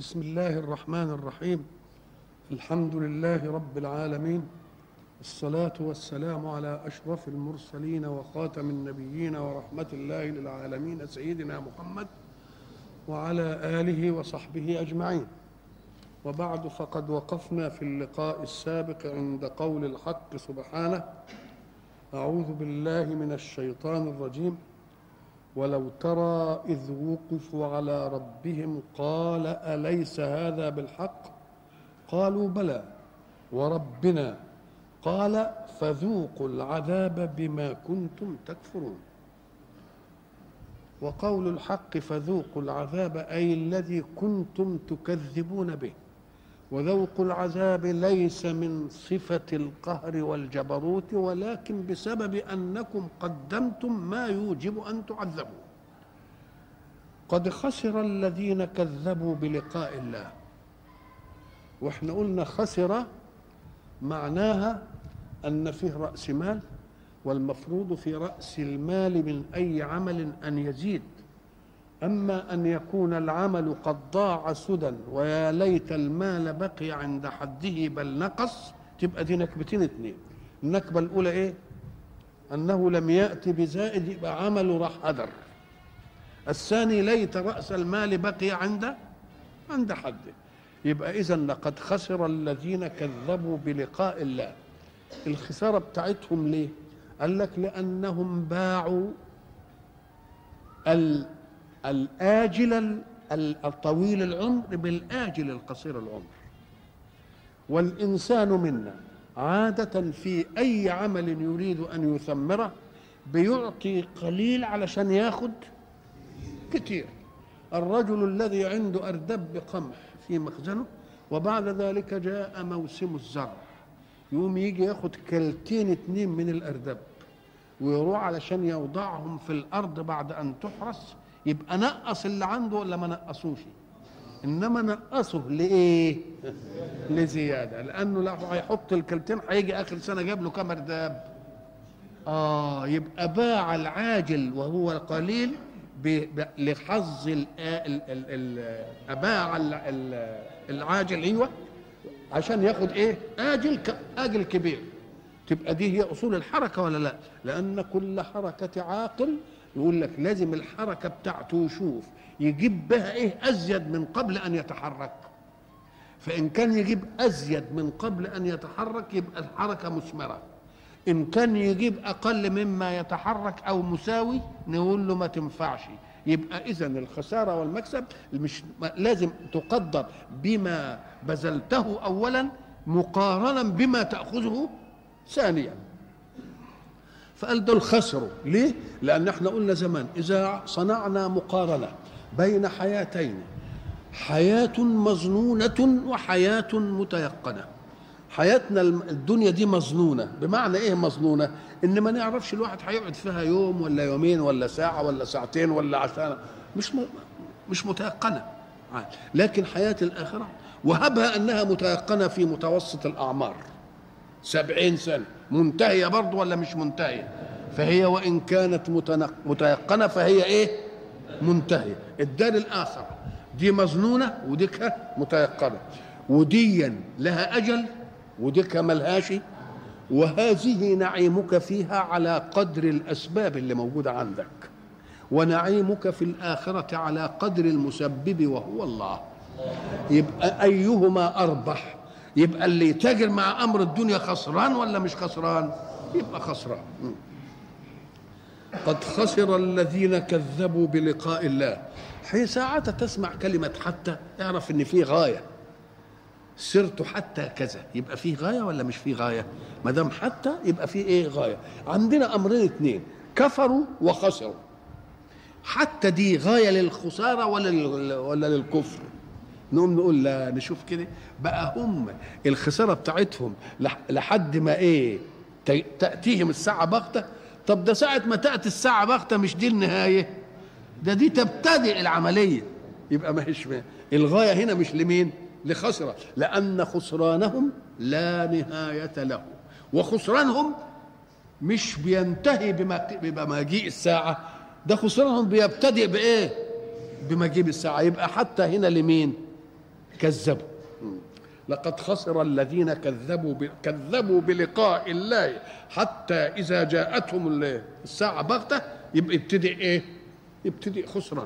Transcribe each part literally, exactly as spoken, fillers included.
بسم الله الرحمن الرحيم. الحمد لله رب العالمين، الصلاة والسلام على أشرف المرسلين وخاتم النبيين ورحمة الله للعالمين سيدنا محمد وعلى آله وصحبه أجمعين. وبعد، فقد وقفنا في اللقاء السابق عند قول الحق سبحانه: أعوذ بالله من الشيطان الرجيم: ولو ترى إذ وقفوا على ربهم قال أليس هذا بالحق؟ قالوا بلى وربنا قال فذوقوا العذاب بما كنتم تكفرون. وقول الحق فذوقوا العذاب أي الذي كنتم تكذبون به. وذوق العذاب ليس من صفة القهر والجبروت، ولكن بسبب أنكم قدمتم ما يوجب أن تعذبوا. قد خسر الذين كذبوا بلقاء الله. واحنا قلنا خسر معناها أن فيه رأس مال، والمفروض في رأس المال من أي عمل أن يزيد. أما أن يكون العمل قد ضاع سدى ويا ليت المال بقي عند حده بل نقص، تبقى دي نكبتين اتنين. النكبة الأولى إيه؟ أنه لم يأتي بزائد، يبقى عمله راح هدر. الثاني ليت رأس المال بقي عند عند حده. يبقى إذن لقد خسر الذين كذبوا بلقاء الله. الخسارة بتاعتهم ليه؟ قال لك لأنهم باعوا ال الآجل الطويل العمر بالآجل القصير العمر. والإنسان منا عادة في أي عمل يريد أن يثمره بيعطي قليل علشان ياخد كتير. الرجل الذي عنده أردب قمح في مخزنه وبعد ذلك جاء موسم الزرع، يقوم يجي ياخد كلتين اتنين من الأردب ويروح علشان يوضعهم في الأرض بعد أن تحرس، يبقى نقص اللي عنده ولا ما نقصوش؟ انما نقصه لايه؟ لزياده، لانه لو هيحط الكلتين هيجي اخر سنه جاب له كام ارداب. اه يبقى باع العاجل وهو القليل لحظ ال ال ال باع العاجل ايوه عشان ياخد ايه؟ اجل اجل كبير. تبقى دي هي اصول الحركه ولا لا؟ لان كل حركه عاقل يقول لك لازم الحركة بتاعته يشوف يجيب بها ايه ازيد من قبل ان يتحرك. فان كان يجيب ازيد من قبل ان يتحرك يبقى الحركة مثمرة. ان كان يجيب اقل مما يتحرك او مساوي نقول له ما تنفعش. يبقى اذن الخسارة والمكسب مش لازم تقدر بما بذلته اولا مقارنا بما تأخذه ثانيا. فقال دول خسروا ليه؟ لأن احنا قلنا زمان إذا صنعنا مقارنة بين حياتين، حياة مظنونة وحياة متيقنة. حياتنا الدنيا دي مظنونة. بمعنى إيه مظنونة؟ إن ما نعرفش الواحد هيقعد فيها يوم ولا يومين ولا ساعة ولا ساعتين ولا عشان مش م... مش متيقنة. لكن حياة الآخرة وهبها أنها متيقنة في متوسط الأعمار، سبعين سنة، منتهية برضو ولا مش منتهية؟ فهي وإن كانت متيقنة فهي إيه؟ منتهية. الدار الآخرة دي مظنونة وديك متيقنة، وديا لها أجل وديك ملهاش. وهذه نعيمك فيها على قدر الأسباب اللي موجودة عندك، ونعيمك في الآخرة على قدر المسبب وهو الله. يبقى أيهما أربح؟ يبقى اللي يتاجر مع امر الدنيا خسران ولا مش خسران؟ يبقى خسران. قد خسر الذين كذبوا بلقاء الله. حين ساعات تسمع كلمة حتى اعرف ان في غاية. سرت حتى كذا، يبقى في غاية ولا مش في غاية؟ ما دام حتى يبقى في ايه؟ غاية. عندنا امرين اثنين، كفروا وخسروا. حتى دي غاية للخسارة ولا ولا للكفر؟ نقوم نقول لا، نشوف كده بقى هم الخسارة بتاعتهم لحد ما ايه تأتيهم الساعة بغتة. طب ده ساعة ما تأتي الساعة بغتة مش دي النهاية، ده دي تبتدئ العملية. يبقى ما هيش الغاية هنا مش لمين؟ لخسرة، لأن خسرانهم لا نهاية له. وخسرانهم مش بينتهي بمجيء الساعة، ده خسرانهم بيبتدئ بإيه؟ بمجيء الساعة. يبقى حتى هنا لمين؟ كذبوا. لقد خسر الذين كذبوا ب... كذبوا بلقاء الله حتى إذا جاءتهم الساعة بغتة يبقى يبتدي إيه؟ يبتدي خسران.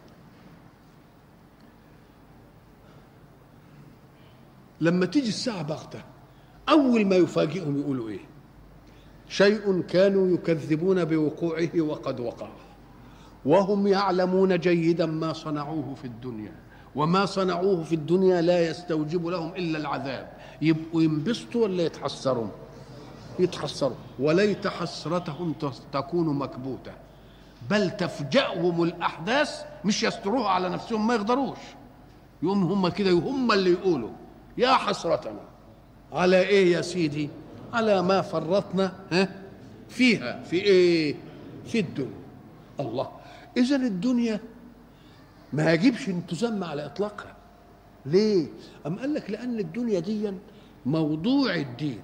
لما تيجي الساعة بغتة أول ما يفاجئهم يقولوا إيه؟ شيء كانوا يكذبون بوقوعه وقد وقع وهم يعلمون جيدا ما صنعوه في الدنيا وما صنعوه في الدنيا لا يستوجب لهم إلا العذاب. يبقوا ينبسطوا ولا يتحسروا؟ يتحسروا. وليت حسرتهم تكون مكبوتة بل تفجأهم الأحداث، مش يستروها على نفسهم ما يقدروش، يوم هم كده هم اللي يقولوا يا حسرتنا على إيه يا سيدي؟ على ما فرطنا فيها. في إيه؟ في الدنيا. الله. إذن الدنيا ما يجبش ان تسمى على اطلاقها. ليه؟ أم قال لك لان الدنيا دي موضوع الدين.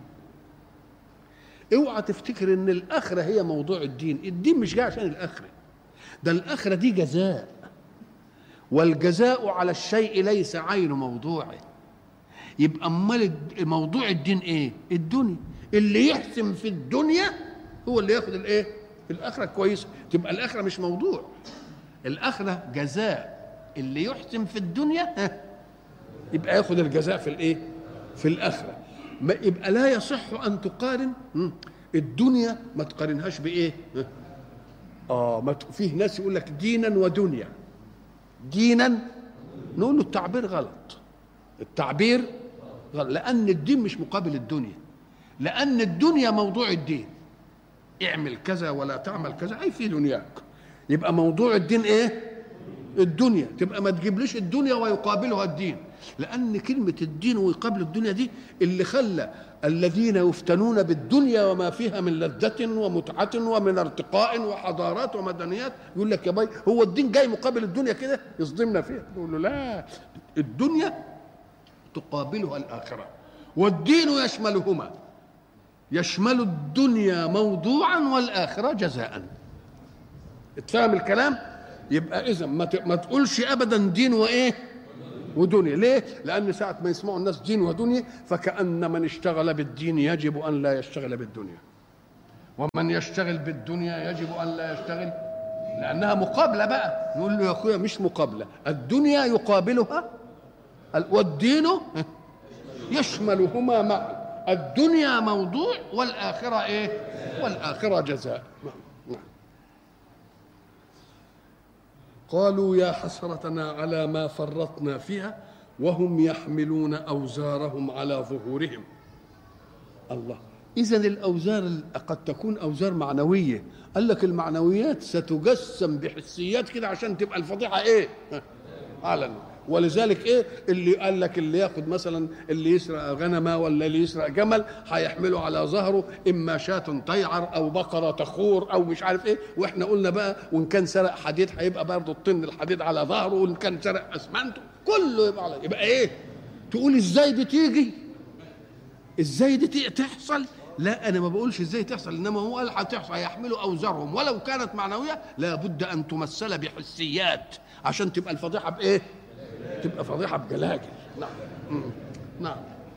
اوعى تفتكر ان الاخره هي موضوع الدين، الدين مش جاي عشان الاخره، ده الاخره دي جزاء، والجزاء على الشيء ليس عين موضوعه. يبقى امال موضوع الدين ايه؟ الدنيا. اللي يحسم في الدنيا هو اللي ياخد الايه؟ الاخره كويسه. تبقى الاخره مش موضوع، الاخره جزاء. اللي يحسن في الدنيا يبقى ياخد الجزاء في الايه؟ في الاخره. ما يبقى لا يصح ان تقارن الدنيا، ما تقارنهاش بايه؟ اه ما فيه ناس يقول لك دينا ودنيا. دينا نقول له التعبير غلط، التعبير غلط، لان الدين مش مقابل الدنيا، لان الدنيا موضوع الدين. اعمل كذا ولا تعمل كذا اي في دنياك. يبقى موضوع الدين ايه؟ الدنيا. تبقى ما تجيبليش الدنيا ويقابلها الدين، لان كلمه الدين ويقابل الدنيا دي اللي خلى الذين يفتنون بالدنيا وما فيها من لذة ومتعة ومن ارتقاء وحضارات ومدنيات يقول لك يا باي هو الدين جاي مقابل الدنيا كده يصدمنا فيها. نقول له لا، الدنيا تقابلها الاخره، والدين يشملهما، يشمل الدنيا موضوعا والاخره جزاء. اتفهم الكلام؟ يبقى اذا ما ما تقولش ابدا دين وايه ودنيا. ليه؟ لان ساعه ما يسمعوا الناس دين ودنيا فكأن من اشتغل بالدين يجب ان لا يشتغل بالدنيا، ومن يشتغل بالدنيا يجب ان لا يشتغل، لانها مقابله بقى. نقول له يا اخويا مش مقابله، الدنيا يقابلها والدين يشملهما معا. الدنيا موضوع والاخره ايه؟ والاخره جزاء. قالوا يا حسرتنا على ما فرطنا فيها وهم يحملون أوزارهم على ظهورهم. الله. إذن الأوزار قد تكون أوزار معنوية. قال لك المعنويات ستجسم بحسيات كده عشان تبقى الفضيحة إيه؟ علنا. ولذلك ايه اللي قال لك اللي ياخد مثلا اللي يسرق غنمه ولا اللي يسرق جمل هيحمله على ظهره اما شاة تيعر او بقره تخور او مش عارف ايه. واحنا قلنا بقى وان كان سرق حديد هيبقى برضه الطن الحديد على ظهره، وان كان سرق اسمنته كله يبقى على. يبقى ايه؟ تقول ازاي دي تيجي؟ ازاي دي تحصل؟ لا انا ما بقولش ازاي تحصل، انما هو قال هتحصل، هيحملوا اوزارهم ولو كانت معنويه لابد ان تمثل بحسيات عشان تبقى الفضيحه بايه؟ تبقى فضيحه بجلاجل. نعم. نعم.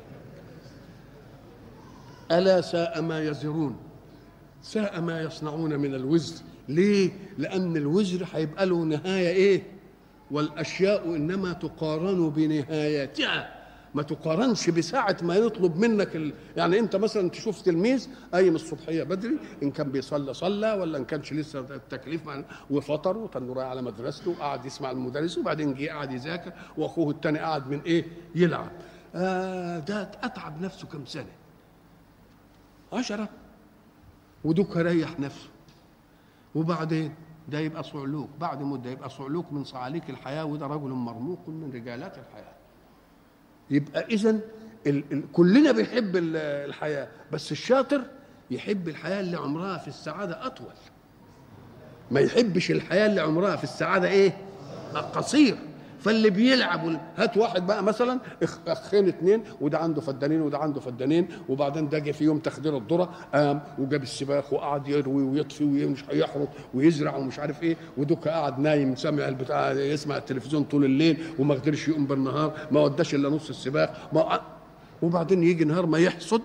الا ساء ما يزرون، ساء ما يصنعون من الوزر. ليه؟ لان الوزر هيبقى له نهايه ايه؟ والاشياء انما تقارن بنهايتها، ما تقارنش بساعة ما يطلب منك ال... يعني انت مثلا تشوف تلميذ قايم الصبحيه بدري، ان كان بيصلي صلى ولا ان كانش لسه التكليف مع... وفطر وكان رايح على مدرسته وقعد يسمع المدرس وبعدين جه قعد يذاكر واخوه الثاني قعد من ايه؟ يلعب. آه ده اتعب نفسه كم سنه؟ عشرة. ودوك ريح نفسه. وبعدين ده يبقى صعلوك، بعد مده يبقى صعلوك من صعاليك الحياه، وده رجل مرموق من رجالات الحياه. يبقى إذن ال ال كلنا بيحب الحياة، بس الشاطر يحب الحياة اللي عمرها في السعادة أطول، ما يحبش الحياة اللي عمرها في السعادة إيه؟ قصير. فاللي بيلعب، هات واحد بقى مثلا اخين اتنين، وده عنده فدانين وده عنده فدانين، وبعدين ده جه في يوم تخدير الذره قام وجاب السباخ وقعد يروي ويطفي ومش هيحرط ويزرع ومش عارف ايه، ودوكا قعد نايم سامع البتاع يسمع التلفزيون طول الليل وما قدرش يقوم بالنهار، ما وداش الا نص السباخ، ما وبعدين يجي نهار ما يحصد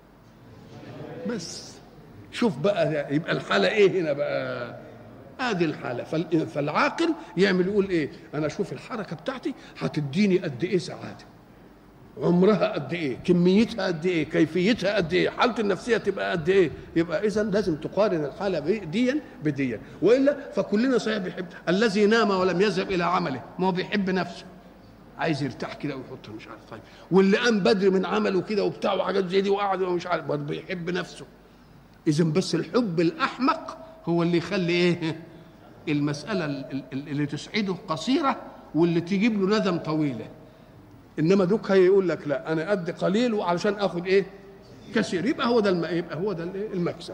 بس. شوف بقى يبقى الحاله ايه هنا بقى؟ ادي الحاله. فالعاقل يعمل يقول ايه؟ انا اشوف الحركه بتاعتي هتديني قد ايه سعاده، عمرها قد ايه، كميتها قد ايه، كيفيتها قد ايه، حالتي النفسيه تبقى قد ايه. يبقى اذا لازم تقارن الحاله ديا بديا، والا فكلنا صحيح بيحب. الذي نام ولم يذهب الى عمله ما هو بيحب نفسه، عايز يرتاح كده ويحط مش عارف. طيب واللي قام بدري من عمله كده وبتاع وحاجات زي دي وقعد ومش عارف برضه بيحب نفسه. اذا بس الحب الاحمق هو اللي يخلي ايه المساله اللي تسعده قصيره واللي تجيب له ندم طويله. انما دوك هيقول لك لا انا قد قليل وعلشان اخد ايه كثير، يبقى هو ده الم... يبقى هو ده المكسب.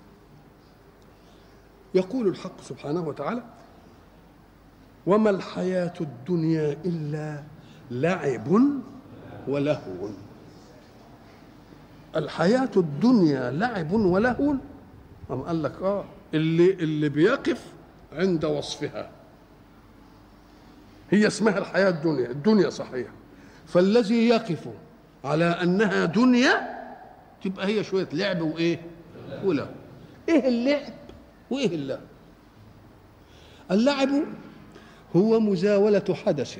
يقول الحق سبحانه وتعالى: وما الحياة الدنيا إلا لعب ولهو. الحياة الدنيا لعب ولهو. أم قال لك اه اللي اللي بيقف عند وصفها هي اسمها الحياة الدنيا، الدنيا صحيح. فالذي يقف على أنها دنيا تبقى هي شوية لعب وإيه ولهو. إيه اللعب وإيه اللهو؟ اللعب هو مزاولة حدث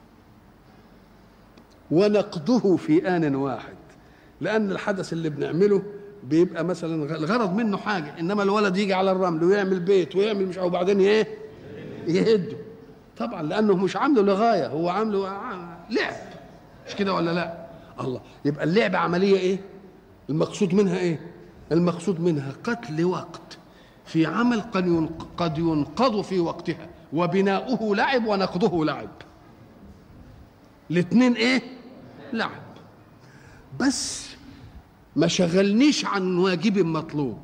ونقضه في آن واحد، لأن الحدث اللي بنعمله بيبقى مثلا الغرض منه حاجة، إنما الولد يجي على الرمل ويعمل بيت ويعمل مش عارف وبعدين إيه يهده، طبعا لأنه مش عامله لغاية، هو عامله لعب، مش كده ولا لا؟ الله. يبقى اللعب عملية إيه؟ المقصود منها إيه؟ المقصود منها قتل وقت في عمل قد ينقض في وقتها، وبناؤه لعب ونقضه لعب، الاثنين ايه لعب. بس ما شغلنيش عن واجب مطلوب.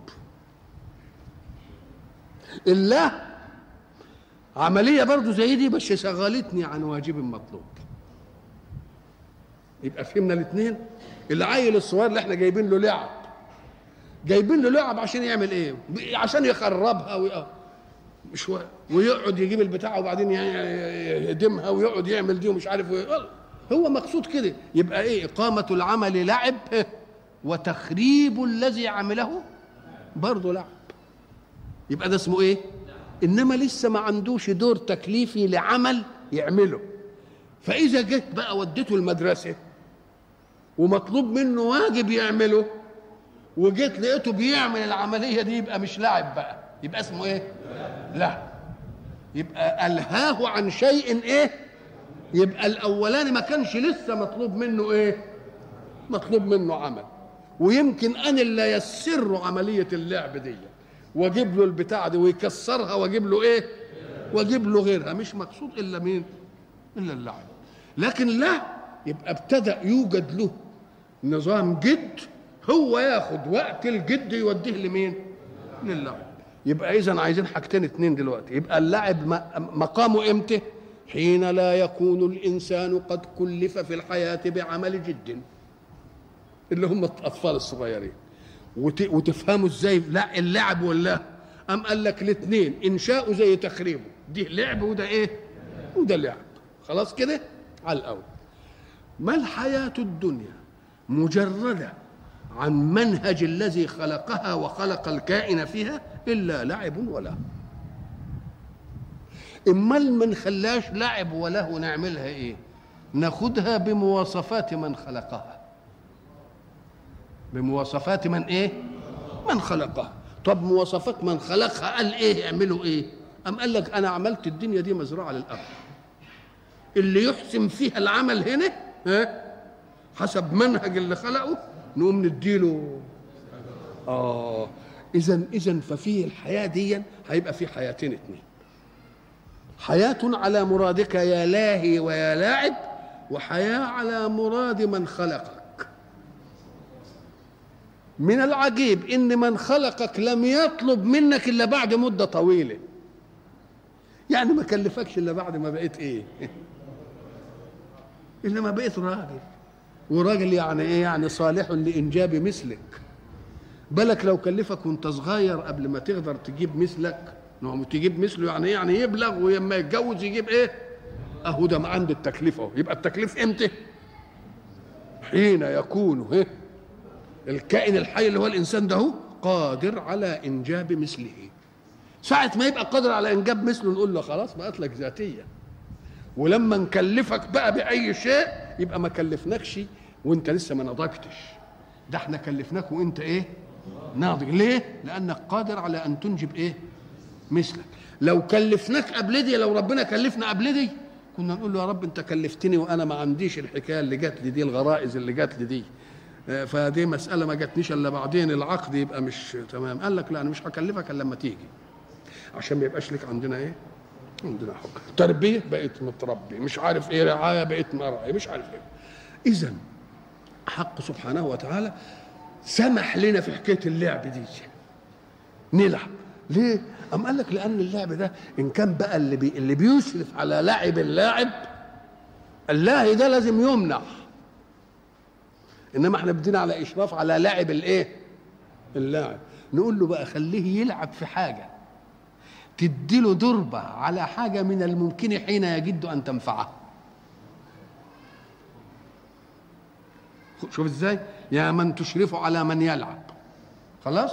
الله عمليه برضو زي دي بس شغلتني عن واجب مطلوب. يبقى فهمنا الاثنين. العيل الصغير اللي احنا جايبين له لعب، جايبين له لعب عشان يعمل ايه؟ عشان يخربها ويقف مش ويقعد يجيب البتاع وبعدين يهدمها ويقعد يعمل دي ومش عارف ايه. هو مقصود كده. يبقى ايه؟ إقامة العمل لعب وتخريب الذي عمله برضه لعب. يبقى ده اسمه ايه؟ انما لسه ما عندوش دور تكليفي لعمل يعمله. فاذا جيت بقى وديته المدرسه ومطلوب منه واجب يعمله وجيت لقيته بيعمل العمليه دي، يبقى مش لاعب بقى، يبقى اسمه ايه؟ لا. يبقى الهاه عن شيء ايه؟ يبقى الاولاني ما كانش لسه مطلوب منه ايه؟ مطلوب منه عمل، ويمكن انا اللي يسر عمليه اللعب دي واجيب له البتاع دي ويكسرها واجيب له ايه؟ واجيب له غيرها، مش مقصود الا مين؟ الا اللعب. لكن لا، يبقى ابتدأ يوجد له نظام جد، هو ياخد وقت الجد يوديه لمين؟ للعب. يبقى اذا عايزين حاجتين اتنين دلوقتي. يبقى اللعب مقامه امتى؟ حين لا يكون الانسان قد كلف في الحياه بعمل جد، اللي هم الاطفال الصغيرين. وتفهموا ازاي لا اللعب ولا ام قال لك الاثنين انشاؤه زي تخريبه، دي لعب وده ايه؟ وده لعب. خلاص كده على الاول. ما الحياه الدنيا مجرده عن منهج الذي خلقها وخلق الكائن فيها الا لعب وله. اما ما نخلاش لعب وله نعملها ايه؟ ناخدها بمواصفات من خلقها، بمواصفات من ايه؟ من خلقها. طب مواصفات من خلقها قال ايه؟ اعملوا ايه؟ ام قال لك انا عملت الدنيا دي مزرعه للارض، اللي يحسن فيها العمل هنا ها حسب منهج اللي خلقه نقوم نديله. اه اذا اذا ففيه الحياه دي هيبقى في حياتين اتنين، حياه على مرادك يا لاهي ويا لاعب، وحياه على مراد من خلقك. من العجيب ان من خلقك لم يطلب منك الا بعد مده طويله، يعني ما كلفكش الا بعد ما بقيت ايه انما بقيت راجل، وراجل يعني ايه؟ يعني صالح لانجاب مثلك. بالك لو كلفك وانت صغير قبل ما تقدر تجيب مثلك، نعم تجيب مثله يعني ايه؟ يعني يبلغ ولما يتجوز يجيب ايه؟ اهو ده ما عند التكليف اهو. يبقى التكليف امتى؟ حين يكون ايه؟ الكائن الحي اللي هو الانسان ده هو قادر على انجاب مثله. ساعة ما يبقى قادر على انجاب مثله نقول له خلاص بقت لك ذاتية. ولما نكلفك بقى بأي شيء يبقى ما كلفناكش وانت لسه ما نضجتش، ده احنا كلفناك وانت ايه؟ ناضج. ليه؟ لانك قادر على ان تنجب ايه؟ مثلك. لو كلفناك قبل دي، لو ربنا كلفنا قبل دي كنا نقول له يا رب انت كلفتني وانا ما عنديش الحكايه اللي جات لي دي، الغرائز اللي جات لي دي، فدي مساله ما جاتنيش الا بعدين العقد يبقى مش تمام. قال لك لا انا مش هكلفك الا لما تيجي، عشان ما يبقاش لك عندنا ايه؟ عندنا حكم. تربيه بقيت متربي، مش عارف ايه، رعايه بقيت مرعي، مش عارف ايه. اذا حق سبحانه وتعالى سمح لنا في حكايه اللعب دي نلعب. ليه؟ أم قال لك لأن اللعب ده إن كان بقى اللي بي اللي بيشرف على لعب اللاعب اللاهي ده لازم يمنع، إنما إحنا بدينا على إشراف على لعب الإيه؟ اللاعب. نقول له بقى خليه يلعب في حاجة تديله ضربة على حاجة من الممكن حين يجد أن تنفعه. شوف إزاي؟ يا من تشرف على من يلعب، خلاص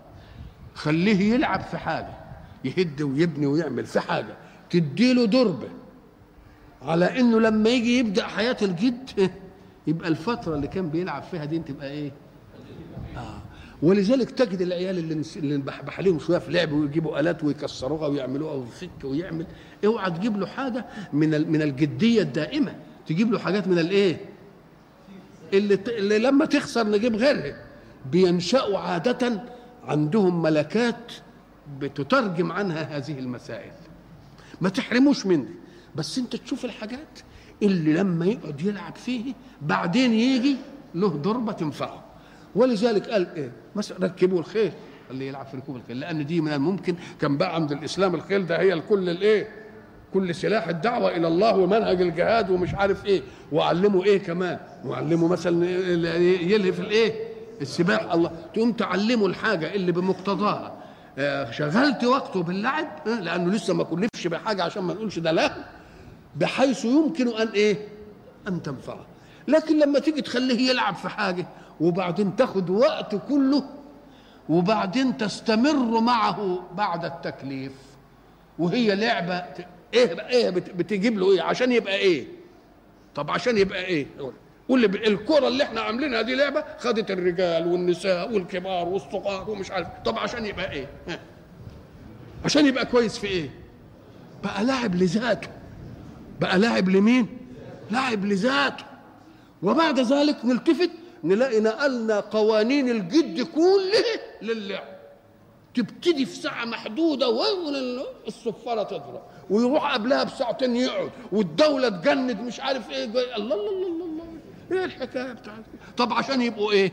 خليه يلعب في حاجة، يهد ويبني ويعمل في حاجة تديله ضربة على انه لما يجي يبدأ حياة الجد يبقى الفترة اللي كان بيلعب فيها دي تبقى ايه؟ آه. ولذلك تجد العيال اللي اللي نبحبح عليهم شويه في لعب ويجيبوا آلات ويكسروها ويعملوها ويفك ويعمل، اوعى تجيب له حاجة من من الجدية الدائمة، تجيب له حاجات من الايه؟ اللي, اللي لما تخسر نجيب غيرها. بينشأوا عادة عندهم ملكات بتترجم عنها هذه المسائل. ما تحرموش مني، بس انت تشوف الحاجات اللي لما يقعد يلعب فيه بعدين يجي له ضربة تنفعه. ولذلك قال ايه؟ مثلا ركبوا الخيل، اللي يلعب في ركوب الخيل، لان دي من الممكن كان بقى عند الاسلام الخيل ده هي الكل الايه؟ كل سلاح الدعوة الى الله ومنهج الجهاد ومش عارف ايه. وعلموا ايه كمان؟ وعلموا مثلا يلهي في الايه؟ السباحه. الله تقوم تعلمه الحاجه اللي بمقتضاها شغلت وقته باللعب، لانه لسه ما كلفش بحاجه عشان ما نقولش ده له، بحيث يمكن ان ايه؟ ان تنفعه. لكن لما تيجي تخليه يلعب في حاجه وبعدين تاخد وقت كله وبعدين تستمر معه بعد التكليف وهي لعبه ايه ايه بتجيب له ايه عشان يبقى ايه؟ طب عشان يبقى ايه؟ قول لي الكرة اللي احنا عاملينها دي لعبة خدت الرجال والنساء والكبار والصغار ومش عارف، طب عشان يبقى ايه؟ ها. عشان يبقى كويس في ايه؟ بقى لاعب لذاته. بقى لاعب لمين؟ لاعب لذاته. وبعد ذلك نلتفت نلاقي نقلنا قوانين الجد كله للعب. تبتدي في ساعة محدودة والصفارة تضرب ويروح قبلها بساعتين يقعد والدولة تجند مش عارف ايه. الله الله الله الله ايه الحكايه بتاعتك؟ طب عشان يبقوا ايه؟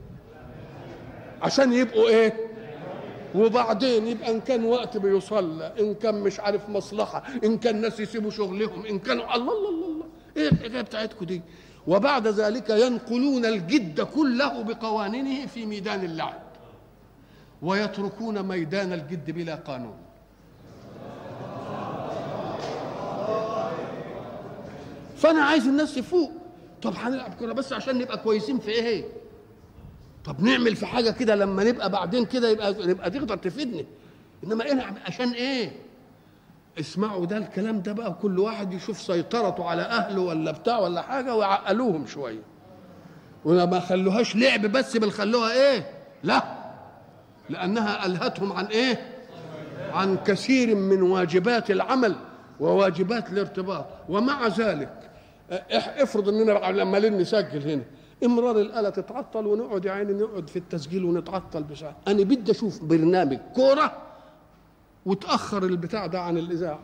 عشان يبقوا ايه؟ وبعدين يبقى ان كان وقت بيصلى، ان كان مش عارف مصلحه، ان كان ناس يسيبوا شغلهم، ان كانوا الله الله الله الله ايه الحكايه بتاعتكم دي؟ وبعد ذلك ينقلون الجد كله بقوانينه في ميدان اللعب ويتركون ميدان الجد بلا قانون. فانا عايز الناس يفوق. طب هنلعب كوره بس عشان نبقى كويسين في ايه؟ طب نعمل في حاجه كده لما نبقى بعدين كده يبقى نبقى تقدر تفيدني. انما العب عشان ايه؟ اسمعوا ده الكلام ده بقى، كل واحد يشوف سيطرته على اهله ولا بتاع ولا حاجه ويعقلوهم شويه. وما خلوهاش لعب بس بل خلوها ايه؟ لا، لانها الهتهم عن ايه؟ عن كثير من واجبات العمل وواجبات الارتباط. ومع ذلك افرض اننا عمالين نسجل هنا، امرار الاله تتعطل ونقعد يا عيني نقعد في التسجيل ونتعطل بساعه. انا بدي اشوف برنامج كوره وتاخر البتاع ده عن الاذاعه.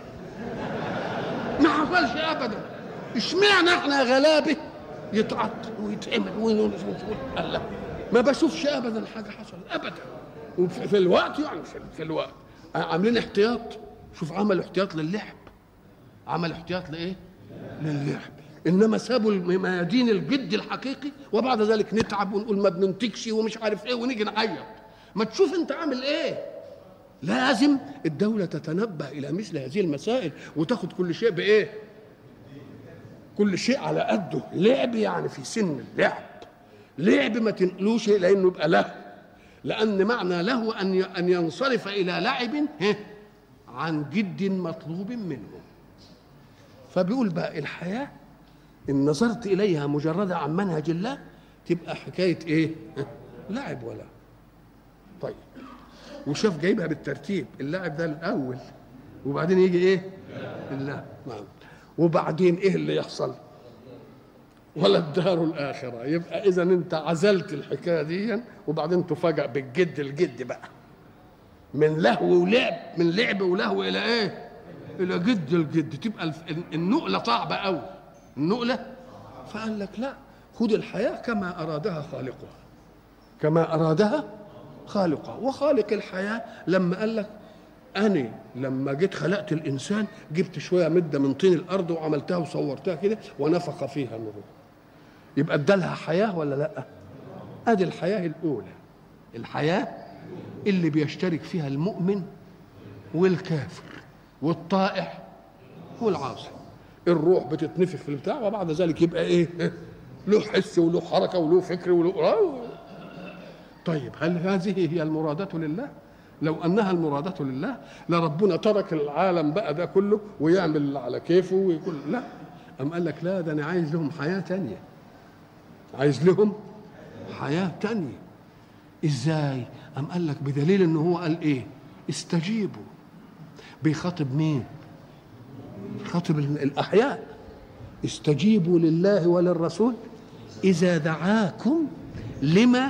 ما حصلش ابدا. اشمعنى احنا غلابه يتعطل ويتعمل ونقول الله؟ ما بشوفش ابدا حاجه حصلت ابدا. وفي الوقت يعني في الوقت عاملين احتياط. شوف عملوا احتياط للعب، عملوا احتياط لايه؟ للعب. انما سابوا الميادين الجد الحقيقي، وبعد ذلك نتعب ونقول ما بننتجش ومش عارف ايه ونيجي نعيط. ما تشوف انت عامل ايه. لازم الدولة تتنبه الى مثل هذه المسائل وتاخد كل شيء بايه؟ كل شيء على قده. لعب يعني في سن اللعب، لعب ما تنقلوش لانه يبقى له، لان معنى له ان ان ينصرف الى لعب عن جد مطلوب منه. فبيقول بقى الحياه ان نظرت اليها مجرده عن منهج الله تبقى حكايه ايه؟ لعب ولا. طيب وشاف جايبها بالترتيب، اللعب ده الاول وبعدين يجي ايه؟ اللعب. نعم. وبعدين ايه اللي يحصل؟ ولا الدار الاخره. يبقى اذا انت عزلت الحكايه دي وبعدين تفاجأ بالجد الجد بقى، من لهو ولعب، من لعب ولهو الى ايه؟ الى جد الجد. تبقى النقله صعبه قوي، النقله. فقال لك لا، خد الحياه كما ارادها خالقها، كما ارادها خالقها. وخالق الحياه لما قال لك أنا لما جيت خلقت الإنسان جبت شوية مدة من طين الأرض وعملتها وصورتها كده ونفخ فيها الروح، يبقى ادالها حياة ولا لأ؟ أدي الحياة الأولى، الحياة اللي بيشترك فيها المؤمن والكافر والطائع والعاصي. الروح بتتنفخ في البتاع وبعد ذلك يبقى إيه؟ له حس وله حركة وله فكر وله. طيب هل هذه هي المرادة لله؟ لو انها المرادة لله لربنا ترك العالم بقى ده كله ويعمل اللي على كيفه ويقول لا. أم قال لك لا، ده انا عايز لهم حياة تانية، عايز لهم حياة تانية. ازاي؟ أم قال لك بدليل انه هو قال ايه؟ استجيبوا. بيخاطب مين؟ بيخاطب الاحياء. استجيبوا لله وللرسول اذا دعاكم لما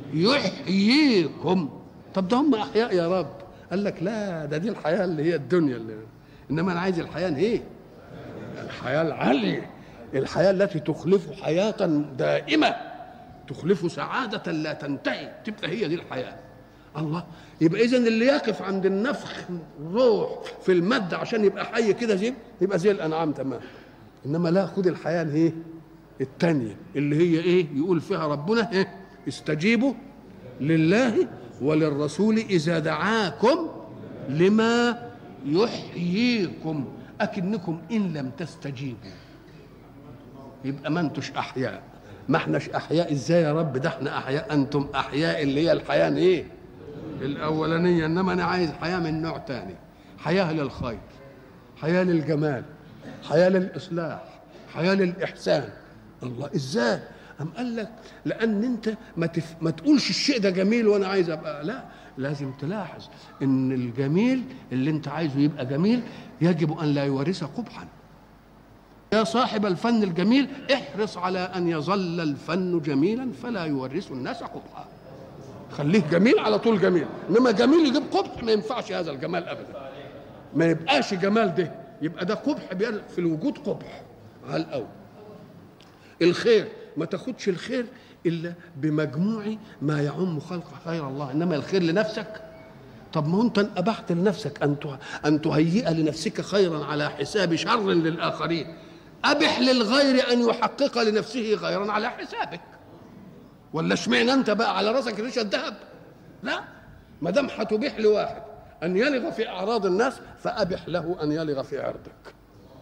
يحييكم. طب ده هم احياء يا رب. قال لك لا، ده دي الحياه اللي هي الدنيا اللي. انما انا عايز الحياه ايه؟ الحياه العاليه، الحياه التي تخلف حياه دائمه، تخلف سعاده لا تنتهي، تبقى هي دي الحياه. الله. يبقى اذا اللي يقف عند النفخ روح في الماده عشان يبقى حي كده زي يبقى زي الانعام تمام. انما لا، خد الحياه الايه؟ الثانيه اللي هي ايه؟ يقول فيها ربنا ايه؟ استجيبوا لله وللرسول إذا دعاكم لما يحييكم. أكنكم إن لم تستجيبوا يبقى ما انتوش أحياء. ما احناش أحياء. إزاي يا رب؟ ده احنا أحياء. أنتم أحياء اللي هي الحياة إيه؟ الأولانية. إنما أنا عايز حياة من نوع تاني، حياة للخير، حياة للجمال، حياة للإصلاح، حياة للإحسان. الله. إزاي؟ أم قال لك لأن أنت ما, تف... ما تقولش الشيء ده جميل وأنا عايز أبقى، لا، لازم تلاحظ إن الجميل اللي أنت عايزه يبقى جميل يجب أن لا يورث قبحا. يا صاحب الفن الجميل احرص على أن يظل الفن جميلا فلا يورث الناس قبحا. خليه جميل على طول جميل، إنما جميل يجيب قبح ما ينفعش هذا الجمال أبدا. ما يبقاش جمال ده، يبقى ده قبح في الوجود، قبح على الأول. الخير ما تاخدش الخير الا بمجموع ما يعم خلق خير الله، انما الخير لنفسك. طب ما انت ابحت لنفسك ان ان تهيئ لنفسك خيرا على حساب شر للاخرين. ابح للغير ان يحقق لنفسه خيرا على حسابك. ولا اشمعنى انت بقى على راسك ريشه الذهب؟ لا، ما دام هتبيح لواحد ان يلغ في اعراض الناس فابح له ان يلغ في عرضك.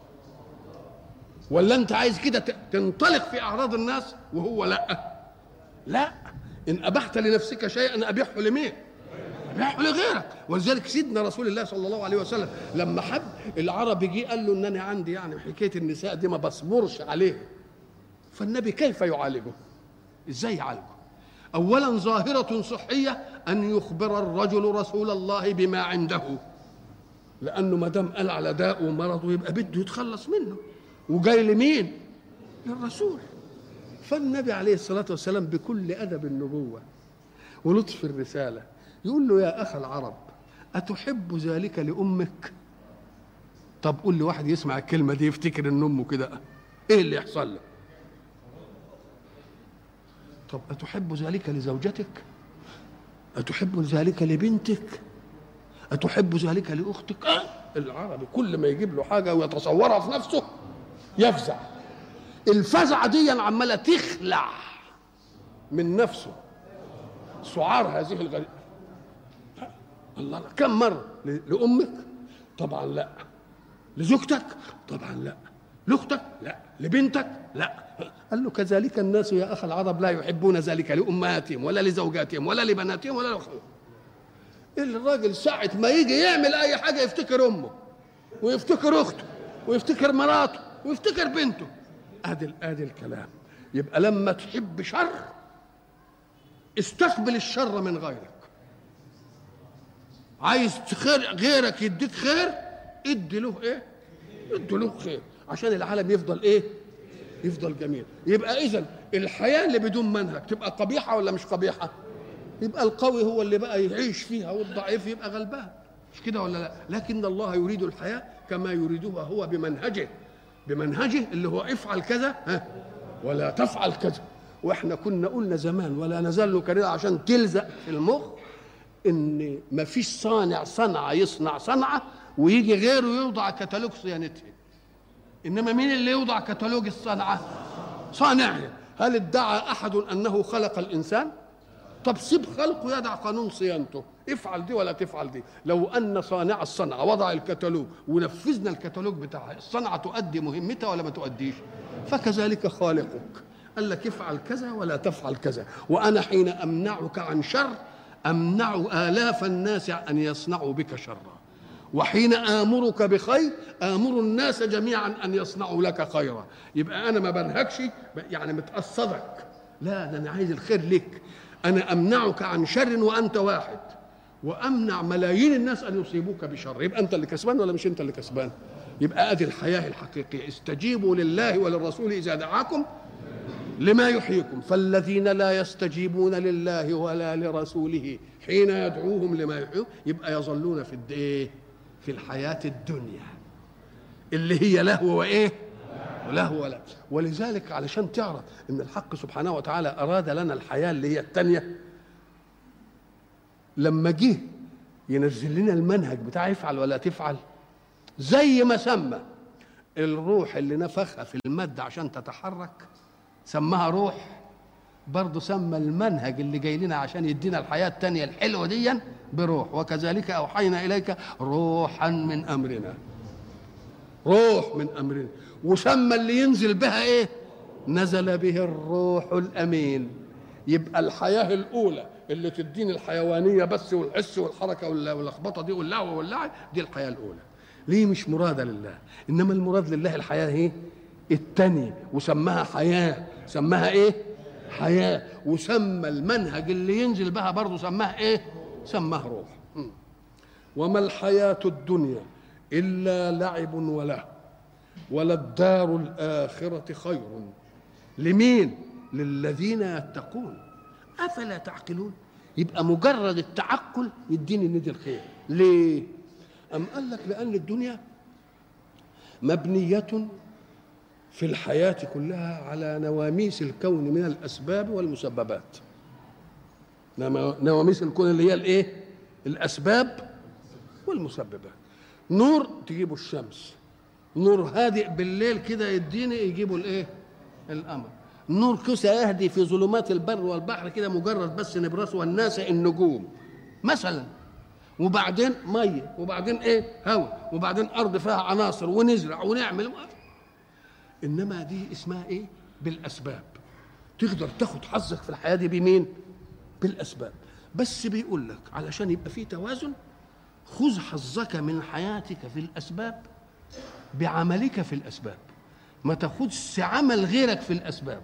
ولا انت عايز كده تنطلق في اعراض الناس وهو لا؟ لا، ان ابحت لنفسك شيئا ابيحه لمين؟ ابيحه لغيرك. ولذلك سيدنا رسول الله صلى الله عليه وسلم لما حب العربي جه قال له ان انا عندي يعني حكايه النساء دي ما بصبرش عليها. فالنبي كيف يعالجه؟ ازاي يعالجه؟ اولا ظاهره صحيه ان يخبر الرجل رسول الله بما عنده، لانه ما دام قال على داء ومرضه يبقى بده يتخلص منه، وجاي لمين؟ للرسول. فالنبي عليه الصلاة والسلام بكل أدب النبوة ولطف الرسالة يقول له يا أخ العرب أتحب ذلك لأمك؟ طب قول لي واحد يسمع الكلمة دي يفتكر إن أمه كده، إيه اللي يحصل له؟ طب أتحب ذلك لزوجتك؟ أتحب ذلك لبنتك؟ أتحب ذلك لأختك؟ أه؟ العربي كل ما يجيب له حاجة ويتصورها في نفسه يفزع. الفزعه دي عماله تخلع من نفسه سعار هذه الغريبه. الله، كم مره لامك؟ طبعا لا. لزوجتك؟ طبعا لا. لاختك؟ لا. لبنتك؟ لا. قال له كذلك الناس يا اخ العرب لا يحبون ذلك لامهاتهم ولا لزوجاتهم ولا لبناتهم ولا لاخوهم. الراجل ساعه ما يجي يعمل اي حاجه يفتكر امه ويفتكر اخته ويفتكر مراته ويفتكر بنته. ادي ادي الكلام. يبقى لما تحب شر استقبل الشر من غيرك. عايز خير غيرك يديك خير، ادي له ايه؟ ادي له خير عشان العالم يفضل ايه؟ يفضل جميل. يبقى اذا الحياه اللي بدون منهج تبقى قبيحه ولا مش قبيحه؟ يبقى القوي هو اللي بقى يعيش فيها والضعيف يبقى غلبان، مش كده ولا لا؟ لكن الله يريد الحياه كما يريدها هو بمنهجه، بمنهجه اللي هو افعل كذا ها ولا تفعل كذا. واحنا كنا قلنا زمان ولا نزال نكررها عشان تلزق في المخ ان ما فيش صانع صنعه يصنع صنعه ويجي غيره يوضع كتالوج صيانتها. انما مين اللي يوضع كتالوج الصنعه؟ صانعها. هل ادعى احد انه خلق الانسان؟ طب سيب خلقه يدع قانون صيانته، افعل دي ولا تفعل دي. لو ان صانع الصنعه وضع الكتالوج ونفذنا الكتالوج بتاعها، الصنعه تؤدي مهمتها ولا ما تؤديش؟ فكذلك خالقك قال لك افعل كذا ولا تفعل كذا. وانا حين امنعك عن شر امنع الاف الناس ان يصنعوا بك شرا، وحين امرك بخير امر الناس جميعا ان يصنعوا لك خيرا. يبقى انا ما بنهكش يعني متقصدك، لا، انا عايز الخير لك. انا امنعك عن شر وانت واحد، وامنع ملايين الناس ان يصيبوك بشر. يبقى انت اللي كسبان ولا مش انت اللي كسبان؟ يبقى ادي الحياه الحقيقيه. استجيبوا لله وللرسول اذا دعاكم لما يحييكم، فالذين لا يستجيبون لله ولا لرسوله حين يدعوهم لما يحييهم يبقى يظلون في الايه؟ في الحياه الدنيا اللي هي لهو وايه؟ لهو ولا. ولذلك علشان تعرف ان الحق سبحانه وتعالى اراد لنا الحياه اللي هي الثانيه، لما جه ينزل لنا المنهج بتاع افعل ولا تفعل، زي ما سمى الروح اللي نفخها في الماده عشان تتحرك سماها روح، برضه سمى المنهج اللي جاي لنا عشان يدينا الحياه الثانيه الحلوه دي بروح. وكذلك اوحينا اليك روحا من امرنا، روح من امرنا. وسمى اللي ينزل بها ايه؟ نزل به الروح الامين. يبقى الحياه الاولى اللي تديني الحيوانيه بس والحس والحركه واللخبطه دي واللهو واللعب، دي الحياه الاولى. ليه مش مراده لله؟ انما المراد لله الحياه ايه؟ الثانيه. وسماها حياه، سماها ايه؟ حياه. وسمى المنهج اللي ينزل بها برضه سماها ايه؟ سماها روح. م. وما الحياه الدنيا الا لعب وله وللدار الآخرة خير لمين؟ للذين يتقون أفلا تعقلون. يبقى مجرد التعقل يديني ندي الخير. ليه؟ أم قال لك لأن الدنيا مبنية في الحياة كلها على نواميس الكون من الأسباب والمسببات. نواميس الكون اللي هي الإيه؟ الأسباب والمسببات. نور تجيبه الشمس، نور هادئ بالليل كده يديني يجيبوا الايه؟ القمر. نور كسى يهدي في ظلمات البر والبحر كده مجرد بس نبرس والناس النجوم مثلا. وبعدين ميه، وبعدين ايه؟ هواء، وبعدين ارض فيها عناصر ونزرع ونعمل. انما دي اسمها ايه؟ بالاسباب. تقدر تاخد حظك في الحياه دي بمين؟ بالاسباب. بس بيقول لك علشان يبقى في توازن خذ حظك من حياتك في الاسباب بعملك في الأسباب، ما تاخدش عمل غيرك في الأسباب.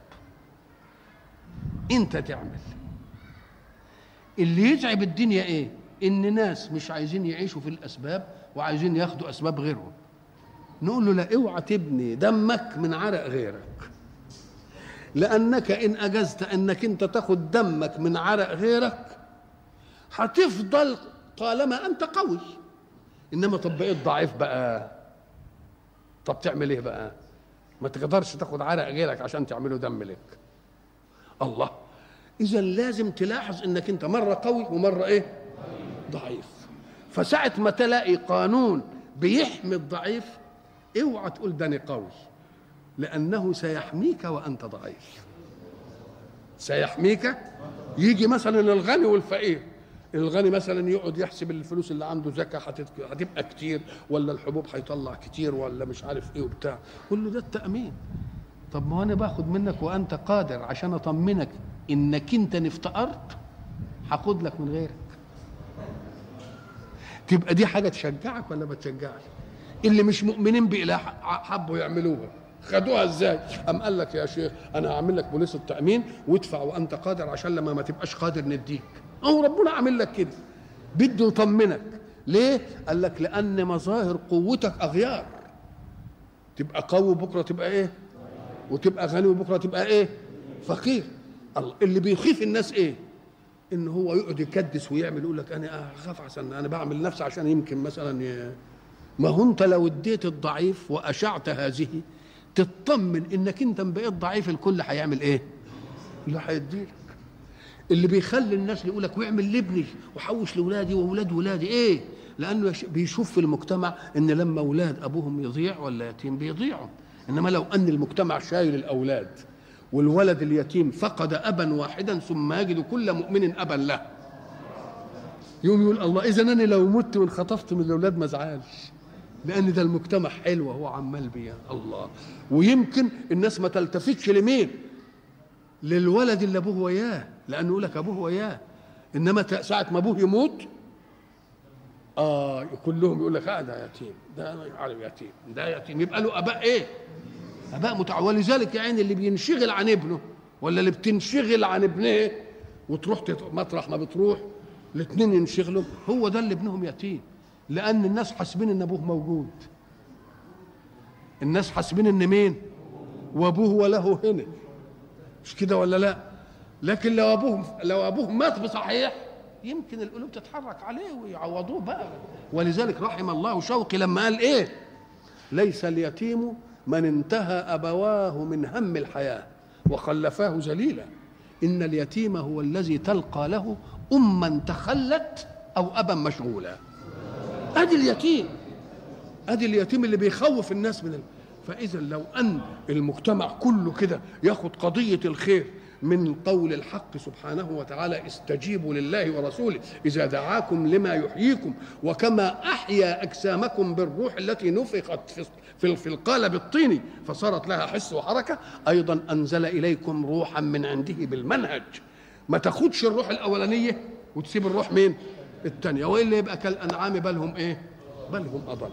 أنت تعمل. اللي يتعب الدنيا إيه؟ إن ناس مش عايزين يعيشوا في الأسباب وعايزين ياخدوا أسباب غيرهم. نقول له لا، اوعى تبني دمك من عرق غيرك، لأنك إن أجزت أنك أنت تاخد دمك من عرق غيرك هتفضل طالما أنت قوي. إنما طب بقيت ضعيف بقى، طب تعمل ايه بقى؟ ما تقدرش تاخد عرق غيرك عشان تعمله دم لك. الله، اذا لازم تلاحظ انك انت مره قوي ومره ايه؟ ضعيف. فساعه ما تلاقي قانون بيحمي الضعيف اوعى تقول ده انا قوي، لأنه سيحميك وأنت ضعيف، سيحميك. يجي مثلا الغني والفقير، الغني مثلا يقعد يحسب الفلوس اللي عنده زكاة هتبقى كتير، ولا الحبوب هيطلع كتير، ولا مش عارف ايه وبتاع، كله ده التأمين. طب ما انا باخد منك وانت قادر عشان اطمنك انك انت ان افتقرت هاخد لك من غيرك. تبقى دي حاجة تشجعك ولا ما تشجعش؟ اللي مش مؤمنين بإله حبوا يعملوها، خدوها ازاي؟ قام قال لك يا شيخ انا هعمل لك بوليس التأمين وادفع وانت قادر عشان لما ما تبقاش قادر نديك. اهو ربنا عامل لك كده، بده يطمنك. ليه؟ قال لك لأن مظاهر قوتك أغيار، تبقى قوي بكرة تبقى ايه؟ وتبقى غني وبكرة تبقى ايه؟ فقير. الله اللي بيخيف الناس ايه؟ ان هو يقعد يكدس ويعمل، يقول لك انا اخاف عشان انا بعمل نفسي عشان يمكن مثلا ي... ما هو انت لو اديت الضعيف واشعت هذه تطمن انك انت بقيت ضعيف، الكل هيعمل ايه؟ اللي هيديلك. اللي بيخلي الناس يقول لك واعمل لابني وحوش لاولادي واولاد ولادي ايه؟ لانه بيشوف في المجتمع ان لما اولاد ابوهم يضيع ولا يتيم بيضيعوا. انما لو ان المجتمع شايل الاولاد والولد اليتيم فقد ابا واحدا ثم يجد كل مؤمن ابا له، يوم يقول الله اذا انا لو مت وانخطفت من الاولاد ما ازعلش، لان ده المجتمع حلو وهو عمال بيا الله. ويمكن الناس ما تلتفتش لمين؟ للولد اللي ابوه وياه، لانه يقول لك ابوه وياه. انما ساعه ما ابوه يموت اه كلهم يقول لك اه ده يتيم، ده عارف يتيم، ده يتيم، يبقى له اباء ايه؟ اباء متع. ولذلك يعني اللي بينشغل عن ابنه ولا اللي بتنشغل عن ابنه وتروح مطرح ما بتروح الاثنين ينشغلوا، هو ده اللي ابنهم يتيم. لان الناس حاسبين ان ابوه موجود، الناس حاسبين ان مين؟ وابوه وله هنا، مش كده ولا لا؟ لكن لو ابوه لو ابوه مات بصحيح يمكن القلوب تتحرك عليه ويعوضوه بقى. ولذلك رحم الله شوقي لما قال ايه؟ ليس اليتيم من انتهى ابواه من هم الحياه وخلفاه ذليلا، ان اليتيم هو الذي تلقى له اما تخلت او ابا مشغولا. ادي اليتيم، ادي اليتيم اللي بيخوف الناس من ال... فاذا لو ان المجتمع كله كده ياخد قضيه الخير من قول الحق سبحانه وتعالى استجيبوا لله ورسوله اذا دعاكم لما يحييكم وكما احيا اجسامكم بالروح التي نفخت في في القالب الطيني فصارت لها حس وحركه، ايضا انزل اليكم روحا من عنده بالمنهج. ما تاخدش الروح الاولانيه وتسيب الروح مين؟ الثانيه، والا يبقى كالانعام بل هم ايه؟ بل هم اضل.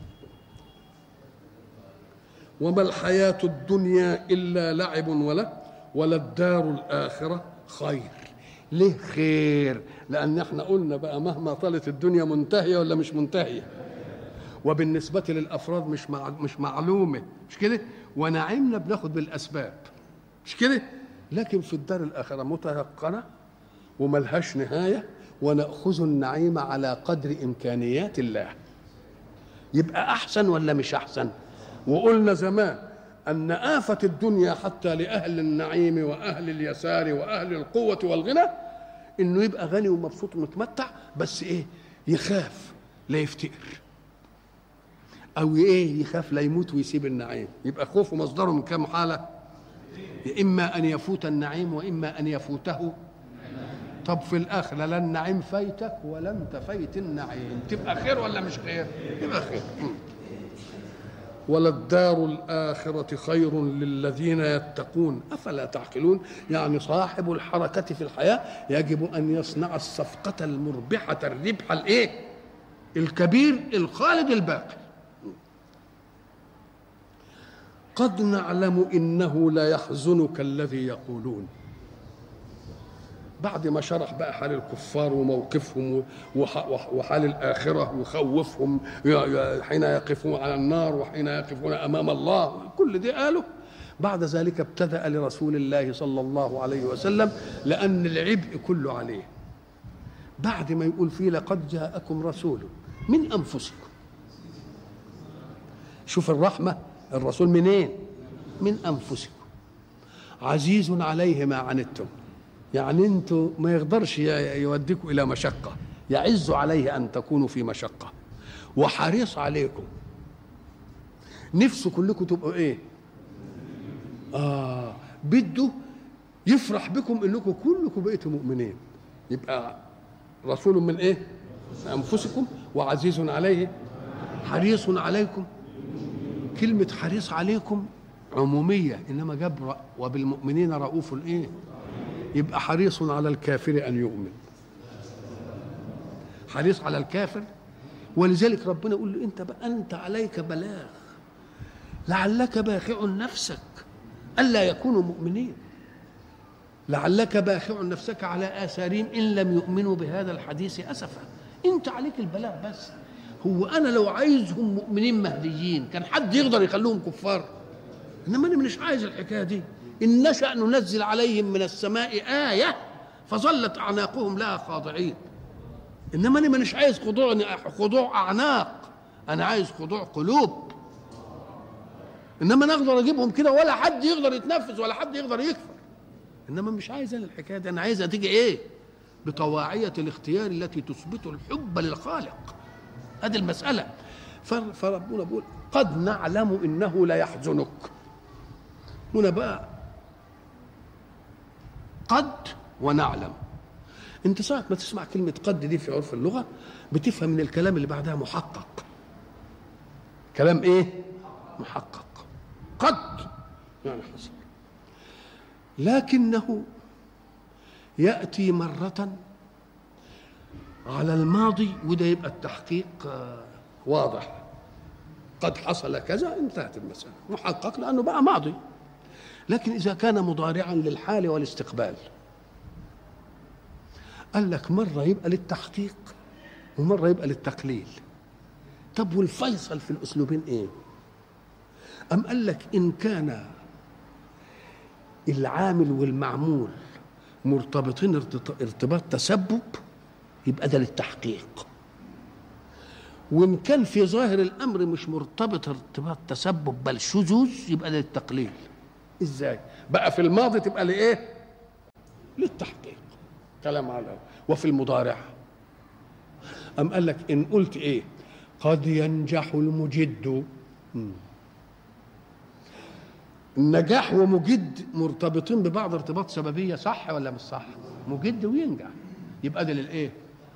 وما الحياه الدنيا الا لعب وله وللدار الآخرة خير. ليه خير؟ لأن احنا قلنا بقى مهما طالت الدنيا منتهية ولا مش منتهية، وبالنسبة للأفراد مش مع... مش معلومة، مش كده؟ ونعيمنا بناخد بالأسباب، مش كده؟ لكن في الدار الآخرة متيقنة وملهاش نهاية، ونأخذ النعيم على قدر إمكانيات الله. يبقى أحسن ولا مش أحسن؟ وقلنا زمان أن آفة الدنيا حتى لأهل النعيم وأهل اليسار وأهل القوة والغنى إنه يبقى غني ومبسوط ومتمتع، بس إيه؟ يخاف لا يفتقر، أو إيه؟ يخاف لا يموت ويسيب النعيم. يبقى خوفه مصدره من كام حالة؟ إما أن يفوت النعيم وإما أن يفوته. طب في الآخرة لا النعيم فايتك ولا أنت فايت النعيم، تبقى خير ولا مش خير؟ تبقى خير. وللدار الآخرة خير للذين يتقون أفلا تعقلون. يعني صاحب الحركة في الحياة يجب أن يصنع الصفقة المربحة الربح الإيه؟ الكبير الخالد الباقي. قد نعلم إنه لا يحزنك الذي يقولون. بعد ما شرح بقى حال الكفار وموقفهم وحال الآخرة ويخوفهم حين يقفون على النار وحين يقفون أمام الله، كل دي قالوا. بعد ذلك ابتدأ لرسول الله صلى الله عليه وسلم، لأن العبء كله عليه. بعد ما يقول فيه لقد جاءكم رسول من أنفسكم، شوف الرحمة، الرسول منين؟ من أنفسكم عزيز عليه ما عنتم، يعني انتوا ما يقدرش يوديكم الى مشقه، يعز عليه ان تكونوا في مشقه، وحريص عليكم، نفسه كلكم تبقوا ايه؟ اه بده يفرح بكم انكم كلكم بقيتوا مؤمنين. يبقى رسول من ايه؟ انفسكم وعزيز عليه حريص عليكم. كلمه حريص عليكم عموميه، انما جاب وبالمؤمنين رؤوف ايه؟ يبقى حريص على الكافر ان يؤمن، حريص على الكافر. ولذلك ربنا يقول له انت بقى انت عليك بلاغ لعلك باخع نفسك الا يكونوا مؤمنين، لعلك باخع نفسك على آثارهم إن لم يؤمنوا بهذا الحديث أسفا. أنت عليك البلاغ بس. هو أنا لو عايزهم مؤمنين مهديين كان حد يقدر يخلوهم كفار؟ إنما أنا مش عايز الحكاية دي. إن نشأ ننزل عليهم من السماء آية فظلت أعناقهم لها خاضعين. إنما أنا مش عايز خضوع خضوع أعناق، أنا عايز خضوع قلوب. إنما أنا أقدر أجيبهم كده ولا حد يقدر يتنفذ ولا حد يقدر يكفر. انما مش عايز انا الحكايه دي، انا عايزها تيجي ايه؟ بطواعيه الاختيار التي تثبت الحب للخالق. ادي المساله. فربنا بيقول قد نعلم انه لا يحزنك. هنا بقى قد ونعلم. انت ساعه ما تسمع كلمه قد دي في عرف اللغه بتفهم من الكلام اللي بعدها محقق. كلام ايه؟ محقق. قد يعني حصل، لكنه يأتي مرة على الماضي وده يبقى التحقيق واضح. قد حصل كذا انتهت المسألة، محقق لأنه بقى ماضي. لكن إذا كان مضارعا للحال والاستقبال قال لك مرة يبقى للتحقيق ومرة يبقى للتقليل. طب والفيصل في الأسلوبين إيه؟ أم قال لك إن كان العامل والمعمول مرتبطين ارتباط تسبب يبقى ده للتحقيق، وإن كان في ظاهر الأمر مش مرتبط ارتباط تسبب بل شذوذ يبقى ده للتقليل. إزاي؟ بقى في الماضي تبقى لإيه؟ للتحقيق. كلام على الأول. وفي المضارع أم قال لك إن قلت إيه؟ قد ينجح المجد. م. النجاح ومجد مرتبطين ببعض ارتباط سببيه، صح ولا مش صح؟ مجد وينجح يبقى ده للايه؟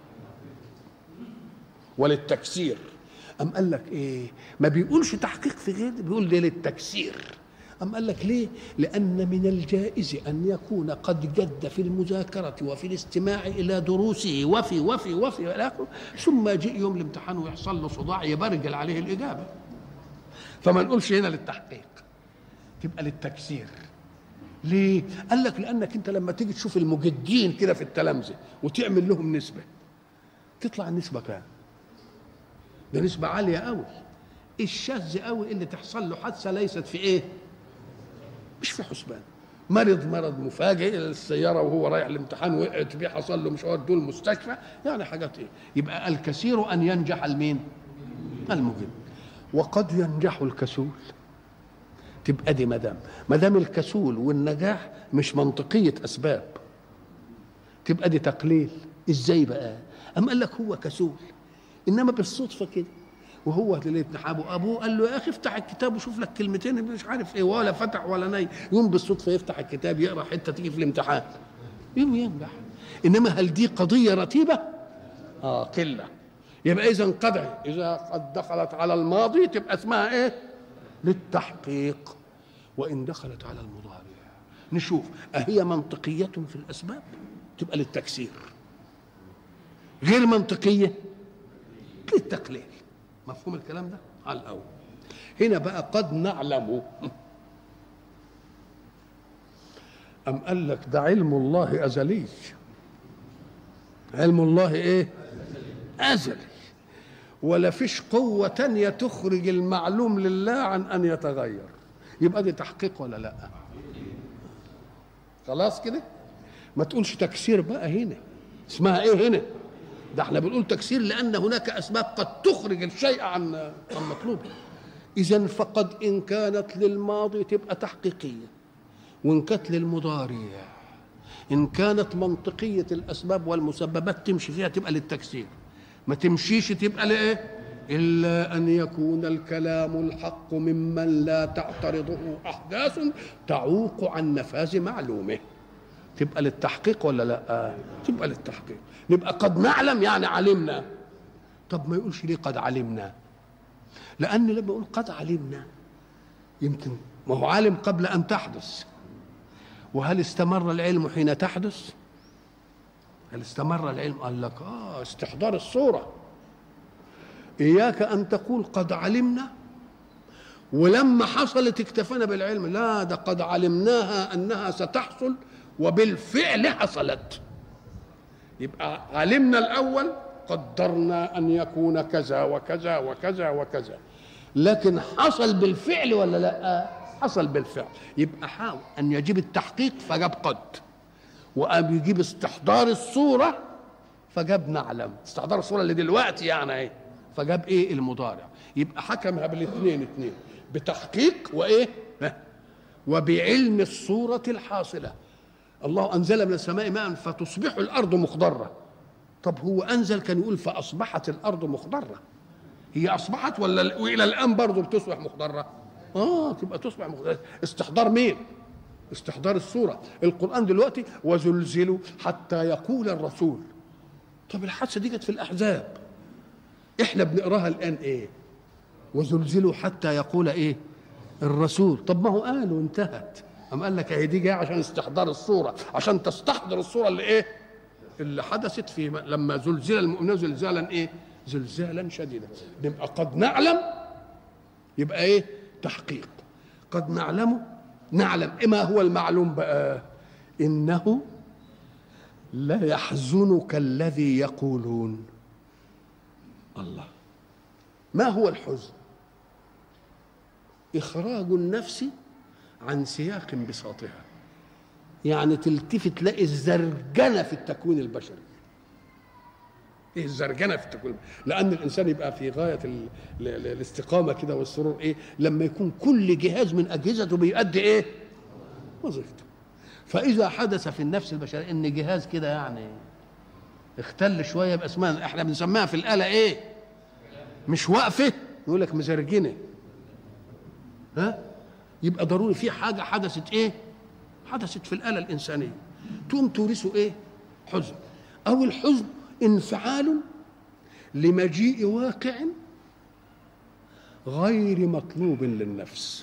وللتكسير. ام قال لك ايه؟ ما بيقولش تحقيق في غير، بيقول ده للتكسير. ام قال لك ليه؟ لان من الجائز ان يكون قد جد في المذاكره وفي الاستماع الى دروسه وفي وفي وفي الى اخره، ثم يجي يوم الامتحان ويحصل له صداع يبرجل عليه الاجابه. فما نقولش هنا للتحقيق، تبقى للتكسير. ليه؟ قال لك لانك انت لما تيجي تشوف المجدين كده في التلامذه وتعمل لهم نسبه تطلع النسبه كام؟ ده نسبه عاليه قوي. الشاذ قوي اللي تحصل له حادثه ليست في ايه؟ مش في حسبان. مرض مرض مفاجئ، السياره وهو رايح الامتحان وقعت بيه حصل له مش ودوه المستشفى، يعني حاجات ايه؟ يبقى الكثير ان ينجح المين؟ المجد. وقد ينجح الكسول. تبقى دي مدام مدام الكسول والنجاح مش منطقيه اسباب، تبقى دي تقليل. ازاي بقى؟ أم قال لك هو كسول انما بالصدفه كده وهو الامتحان ابوه قال له يا اخي افتح الكتاب وشوف لك كلمتين مش عارف ايه، ولا فتح ولا ناي، يوم بالصدفه يفتح الكتاب يقرا حته تيجي في الامتحان يوم ينجح. انما هل دي قضيه رتيبه؟ اه قله. يبقى اذا قد اذا قد دخلت على الماضي تبقى اسمها ايه؟ للتحقيق. وإن دخلت على المضارع نشوف أهي منطقية في الأسباب تبقى للتكسير، غير منطقية للتقليل. مفهوم الكلام ده؟ على الأول. هنا بقى قد نعلم. أم قال لك ده علم الله أزلي. علم الله إيه؟ أزلي. ولا فيش قوة تانية تخرج المعلوم لله عن أن يتغير. يبقى دي تحقيق ولا لا؟ خلاص كده؟ ما تقولش تكسير بقى هنا. اسمها ايه هنا؟ ده احنا بنقول تكسير لأن هناك أسباب قد تخرج الشيء عن عن مطلوبه. إذن فقد إن كانت للماضي تبقى تحقيقية، وإن كانت للمضارع إن كانت منطقية الأسباب والمسببات تمشي فيها تبقى للتكسير، ما تمشيش تبقى لايه؟ إلا أن يكون الكلام الحق ممن لا تعترضه أحداث تعوق عن نفاذ معلومه. تبقى للتحقيق ولا لا؟ تبقى للتحقيق. نبقى قد نعلم يعني علمنا. طب ما يقولش ليه قد علمنا؟ لأن لما يقول قد علمنا يمكن ما هو عالم قبل أن تحدث. وهل استمر العلم حين تحدث؟ هل استمر العلم؟ قال لك آه استحضار الصورة. إياك أن تقول قد علمنا ولما حصلت اكتفينا بالعلم، لا، ده قد علمناها أنها ستحصل وبالفعل حصلت. يبقى علمنا الأول، قدرنا أن يكون كذا وكذا وكذا وكذا، لكن حصل بالفعل ولا لا؟ حصل بالفعل. يبقى حاول أن يجيب التحقيق فجاب قد، وقام يجيب استحضار الصورة فجاب نعلم. استحضار الصورة اللي دلوقتي يعني ايه، فجاب ايه؟ المضارع. يبقى حكمها بالاثنين اثنين، بتحقيق وايه؟ وبعلم الصورة الحاصلة. الله أنزل من السماء ماء فتصبح الأرض مخضرة. طب هو أنزل كان يقول فأصبحت الأرض مخضرة، هي أصبحت ولا وإلى الآن برضه بتصبح مخضرة؟ آه تبقى تصبح مخضرة. استحضار مين؟ استحضار الصورة. القرآن دلوقتي وزلزلوا حتى يقول الرسول. طب الحادثة دي كانت في الأحزاب، إحنا بنقراها الآن إيه؟ وزلزلوا حتى يقول إيه؟ الرسول. طب ما هو قال وانتهت. أم قال لك أهي دي جاية عشان استحضار الصورة، عشان تستحضر الصورة اللي إيه؟ اللي حدثت في لما زلزل المؤمنون زلزالا إيه؟ زلزالا شديدا. نبقى قد نعلم، يبقى إيه؟ تحقيق. قد نعلم، نعلم ما هو المعلوم بقى؟ إنه لا يحزنك الذي يقولون. الله، ما هو الحزن؟ إخراج النفس عن سياق بساطها، يعني تلتفت تلاقي الزرجنة في التكوين البشري. ايه الزرجنة في التكوين؟ لأن الإنسان يبقى في غاية ال ال ال الاستقامة كده والسرور ايه؟ لما يكون كل جهاز من أجهزته بيؤدي ايه؟ وظيفته. فإذا حدث في النفس البشرية إن جهاز كده يعني اختل شوية، يبقى اسمها احنا بنسميها في الآلة ايه؟ مش واقفة، يقول لك مزرجنة. ها؟ يبقى ضروري في حاجة حدثت ايه؟ حدثت في الآلة الإنسانية تقوم تورثه ايه؟ حزن. أو الحزن انفعال لمجيء واقع غير مطلوب للنفس.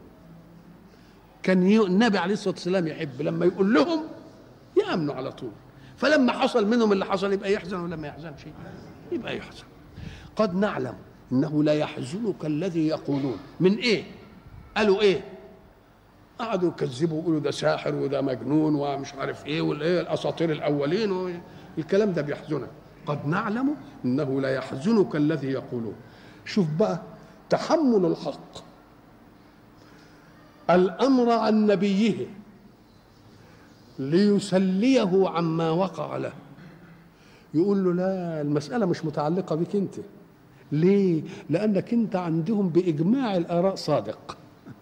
كان النبي عليه الصلاة والسلام يحب لما يقول لهم يأمنوا على طول، فلما حصل منهم اللي حصل يبقى يحزن ولا ما يحزنش؟ يبقى يحزن. قد نعلم إنه لا يحزنك الذي يقولون. من إيه؟ قالوا إيه؟ قعدوا يكذبوا ويقولوا ده ساحر وده مجنون ومش عارف إيه والإيه الأساطير الأولين، والكلام ده بيحزنك. قد نعلم إنه لا يحزنك الذي يقولون. شوف بقى تحمل الحق، الأمر عن نبيه ليسليه عما وقع له. يقول له لا، المسألة مش متعلقة بك أنت. ليه؟ لأنك أنت عندهم بإجماع الآراء صادق.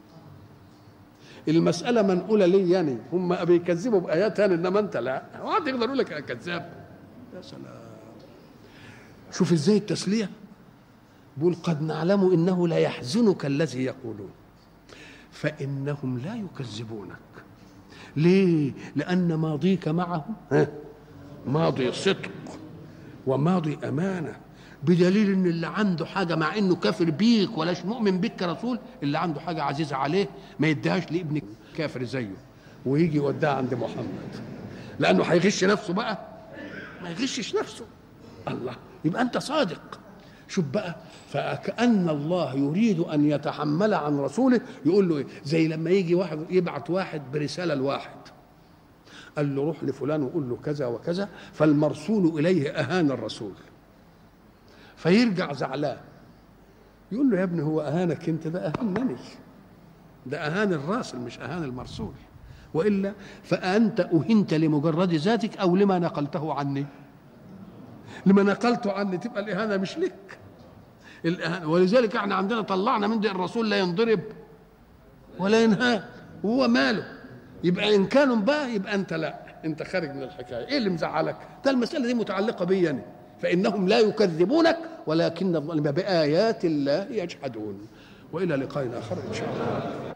المسألة منقولة ليه يعني؟ هم بيكذبوا بآيات يعني، إنما أنت لا. واحد يقدر يقول لك أنا كذاب؟ يا سلام. شوف إزاي التسلية. بيقول قد نعلم إنه لا يحزنك الذي يقولون فإنهم لا يكذبونك. ليه؟ لأن ماضيك معهم ماضي صدق وماضي أمانة، بدليل ان اللي عنده حاجه مع انه كافر بيك ولاش مؤمن بك كرسول، اللي عنده حاجه عزيزه عليه ما يديهاش لابن كافر زيه ويجي يوديها عند محمد، لانه هيغش نفسه بقى، ما يغشش نفسه. الله، يبقى انت صادق. شوف بقى، فكأن الله يريد ان يتحمل عن رسوله. يقول له ايه؟ زي لما يجي واحد يبعت واحد برساله لواحد، قال له روح لفلان وقول له كذا وكذا، فالمرسول اليه اهان الرسول فيرجع زعلان. يقول له يا ابني هو اهانك انت؟ ده اهانني، ده اهان الراسل مش اهان المرسول. والا فانت اهنت لمجرد ذاتك او لما نقلته عني؟ لما نقلته عني تبقى الاهانه مش لك الإهانة. ولذلك احنا عندنا طلعنا من دي الرسول لا ينضرب ولا ينهى، وهو ماله؟ يبقى ان كانوا بقى يبقى انت لا، انت خارج من الحكايه. ايه اللي مزعلك؟ ده المساله دي متعلقه بي يعني. فإنهم لا يكذبونك ولكن الظالمين بآيات الله يجحدون. وإلى لقاء آخر إن شاء الله.